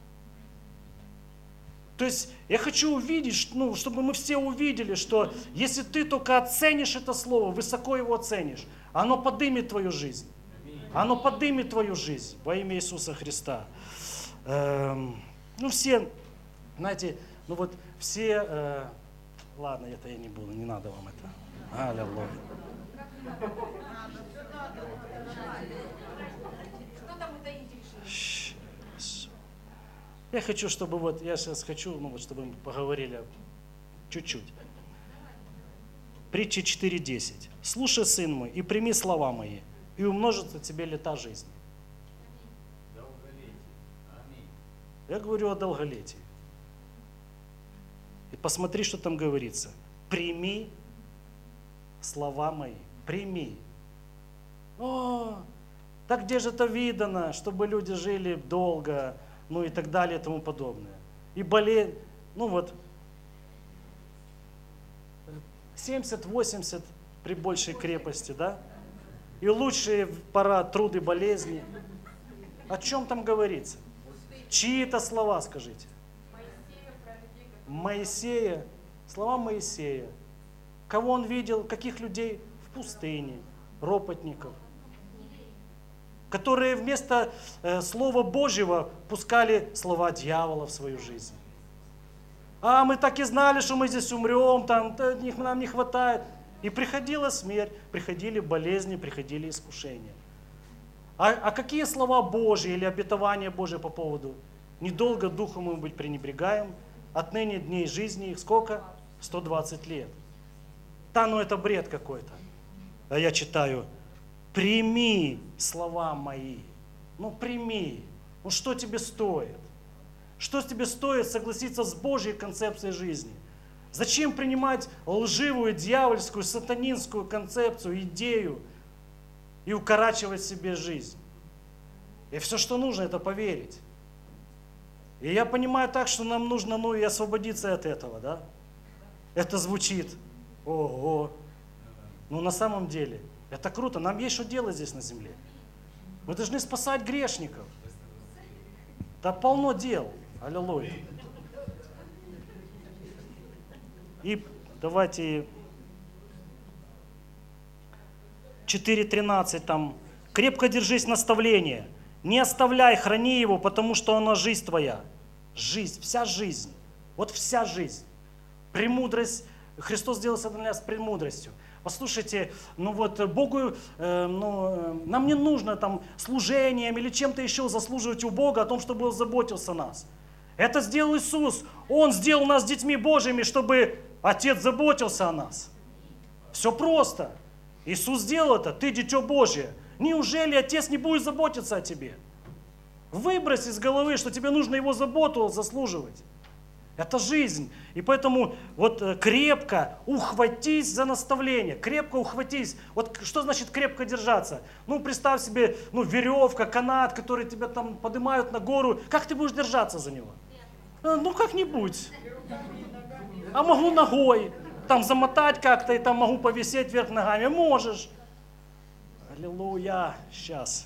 То есть я хочу увидеть, ну, чтобы мы все увидели, что если ты только оценишь это слово, высоко его оценишь, оно поднимет твою жизнь. Оно поднимет твою жизнь во имя Иисуса Христа. Эм, ну все, знаете, ну вот все, э, ладно, это я не буду, не надо вам это. Аллилуйя. Я хочу, чтобы вот, я сейчас хочу, ну вот, чтобы мы поговорили чуть-чуть. Притча четыре десять. Слушай, сын мой, и прими слова мои, и умножится тебе лета жизни. Я говорю о долголетии. И посмотри, что там говорится. Прими слова мои. Прими. О, так где же это видано, чтобы люди жили долго, ну и так далее и тому подобное. И болезнь, ну вот, семьдесят-восемьдесят при большей крепости, да? И лучшие пора труды болезни. О чем там говорится? Чьи это слова, скажите? Моисея. Слова Моисея. Кого он видел? Каких людей? В пустыне. Ропотников. Которые вместо э, Слова Божьего пускали слова дьявола в свою жизнь. А мы так и знали, что мы здесь умрем, там, нам не хватает. И приходила смерть, приходили болезни, приходили искушения. А, а какие слова Божьи или обетования Божьи по поводу? Недолго духом мы быть пренебрегаем, отныне дней жизни их сколько? сто двадцать лет. Да, ну это бред какой-то. А я читаю, прими слова мои. Ну прими. Ну что тебе стоит? Что тебе стоит согласиться с Божьей концепцией жизни? Зачем принимать лживую, дьявольскую, сатанинскую концепцию, идею и укорачивать себе жизнь? И все, что нужно, это поверить. И я понимаю так, что нам нужно, ну, и освободиться от этого, да? Это звучит, ого. Но на самом деле, это круто, нам есть что делать здесь на земле. Мы должны спасать грешников. Да полно дел, аллилуйя. И давайте четыре тринадцать там. Крепко держись наставления. Не оставляй, храни его, потому что оно жизнь твоя. Жизнь, вся жизнь. Вот вся жизнь. Премудрость. Христос сделался для нас премудростью. Послушайте, ну вот Богу, э, ну, нам не нужно там служением или чем-то еще заслуживать у Бога о том, чтобы Он заботился о нас. Это сделал Иисус. Он сделал нас детьми Божьими, чтобы Отец заботился о нас. Все просто. Иисус сделал это, ты дитё Божье. Неужели Отец не будет заботиться о тебе? Выбрось из головы, что тебе нужно Его заботу заслуживать. Это жизнь. И поэтому вот крепко ухватись за наставление, крепко ухватись. Вот что значит крепко держаться? Ну, представь себе, ну, веревка, канат, который тебя там поднимают на гору. Как ты будешь держаться за него? Ну, как-нибудь. А могу ногой там замотать как-то, и там могу повисеть вверх ногами. Можешь. Аллилуйя. Сейчас.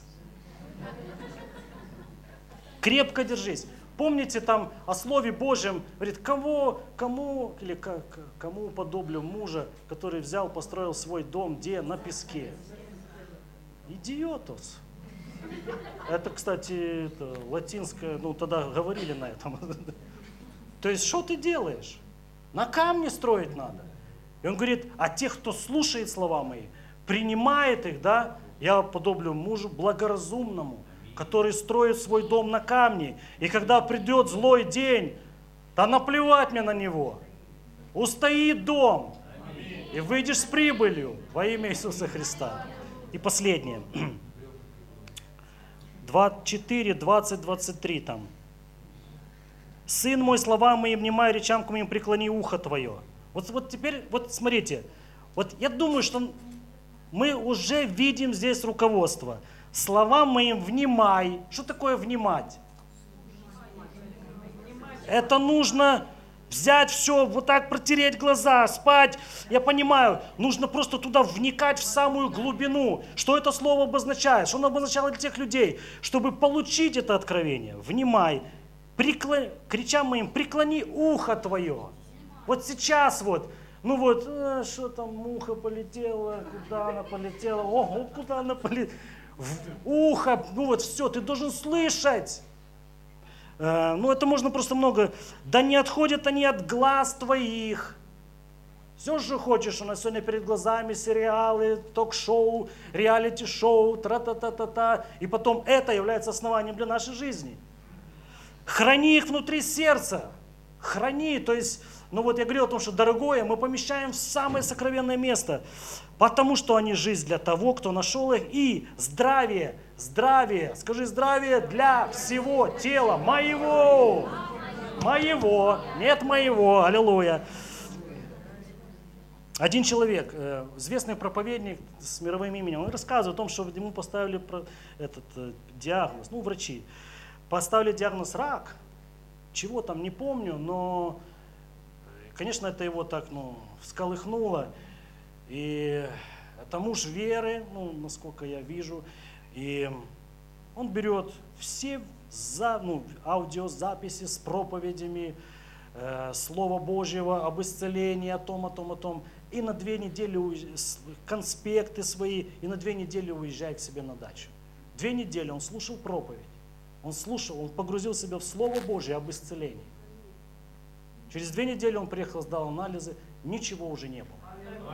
Крепко держись. Помните там о Слове Божьем, говорит, кого, кому, или кому уподоблю мужа, который взял, построил свой дом, где? На песке. Идиотос. Это, кстати, это, латинское, ну тогда говорили на этом. То есть, что ты делаешь? На камне строить надо. И он говорит, а тех, кто слушает слова мои, принимает их, да, я подоблю мужу благоразумному, который строит свой дом на камне. И когда придет злой день, да наплевать мне на него. Устоит дом. И выйдешь с прибылью во имя Иисуса Христа. И последнее. двадцать четыре, двадцать, двадцать три там. Сын мой, словам моим внимай, речам к моим преклони ухо твое. Вот, вот теперь, вот смотрите. Вот я думаю, что мы уже видим здесь руководство. Словам моим внимай. Что такое внимать? Это нужно взять все, вот так протереть глаза, спать. Я понимаю, нужно просто туда вникать в самую глубину. Что это слово обозначает? Что оно обозначало для тех людей? Чтобы получить это откровение. Внимай. Преклон... Кричам моим, преклони ухо твое. Вот сейчас вот. Ну вот, э, что там, муха полетела, куда она полетела? Ого, куда она полетела? В ухо, ну вот все, ты должен слышать. Э, ну это можно просто много. Да не отходят они от глаз твоих. Все же хочешь, у нас сегодня перед глазами сериалы, ток-шоу, реалити-шоу, тра-та-та-та-та. И потом это является основанием для нашей жизни. Храни их внутри сердца. Храни, то есть, ну вот я говорил о том, что дорогое мы помещаем в самое сокровенное место, потому что они жизнь для того, кто нашел их, и здравие, здравие, скажи здравие для всего тела моего, моего, нет моего, аллилуйя. Один человек, известный проповедник с мировым именем, он рассказывает о том, что ему поставили этот диагноз, ну врачи, поставили диагноз рак. Чего там, не помню, но, конечно, это его так, ну, всколыхнуло. И это муж веры, ну, насколько я вижу, и он берет все за, ну, аудиозаписи с проповедями, э, Слова Божьего об исцелении, о том, о том, о том, и на две недели конспекты свои, и на две недели уезжает к себе на дачу. Две недели он слушал проповедь. Он слушал, он погрузил себя в Слово Божье об исцелении. Через две недели он приехал, сдал анализы, ничего уже не было.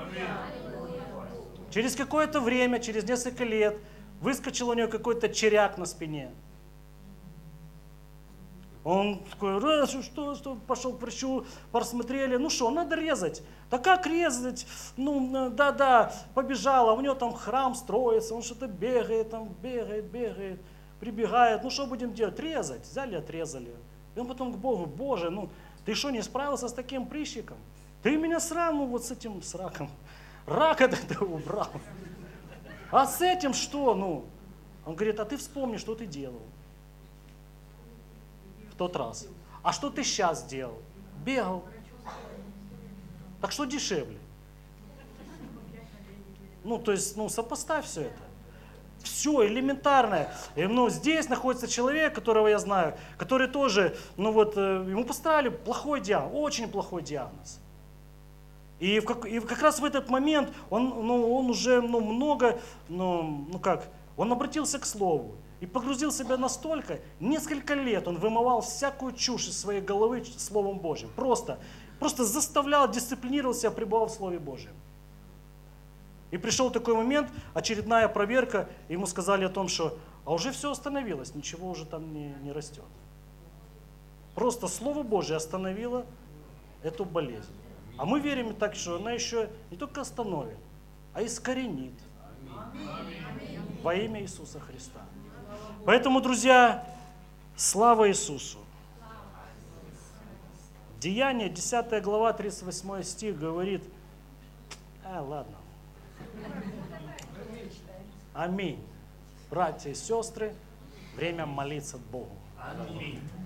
Через какое-то время, через несколько лет, выскочил у него какой-то черяк на спине. Он такой, раз, что, что, пошел к врачу, посмотрели, ну что, надо резать. Да как резать? Ну, да-да, побежала, у него там храм строится, он что-то бегает, там бегает, бегает, прибегает. Ну что будем делать? Резать. Взяли, отрезали. И он потом к Богу, Боже, ну ты что, не справился с таким прыщиком? Ты меня срану вот с этим сраком. Рак это ты убрал. А с этим что? Ну, он говорит, а ты вспомни, что ты делал в тот раз. А что ты сейчас делал? Бегал. Так что дешевле? Ну, то есть, ну, сопоставь все это. Все элементарное. И, ну, здесь находится человек, которого я знаю, который тоже, ну вот, ему поставили плохой диагноз, очень плохой диагноз. И, в как, и как раз в этот момент он, ну, он уже ну, много, ну, ну как, он обратился к Слову и погрузил себя настолько, несколько лет он вымывал всякую чушь из своей головы Словом Божьим. Просто, просто заставлял, дисциплинировал себя, пребывал в Слове Божьем. И пришел такой момент, очередная проверка, ему сказали о том, что а уже все остановилось, ничего уже там не, не растет. Просто Слово Божье остановило эту болезнь. А мы верим так, что она еще не только остановит, а искоренит. Во имя Иисуса Христа. Поэтому, друзья, слава Иисусу. Деяние, десятая глава, тридцать восьмой стих говорит, а, ладно. Аминь. Братья и сестры, время молиться Богу. Аминь.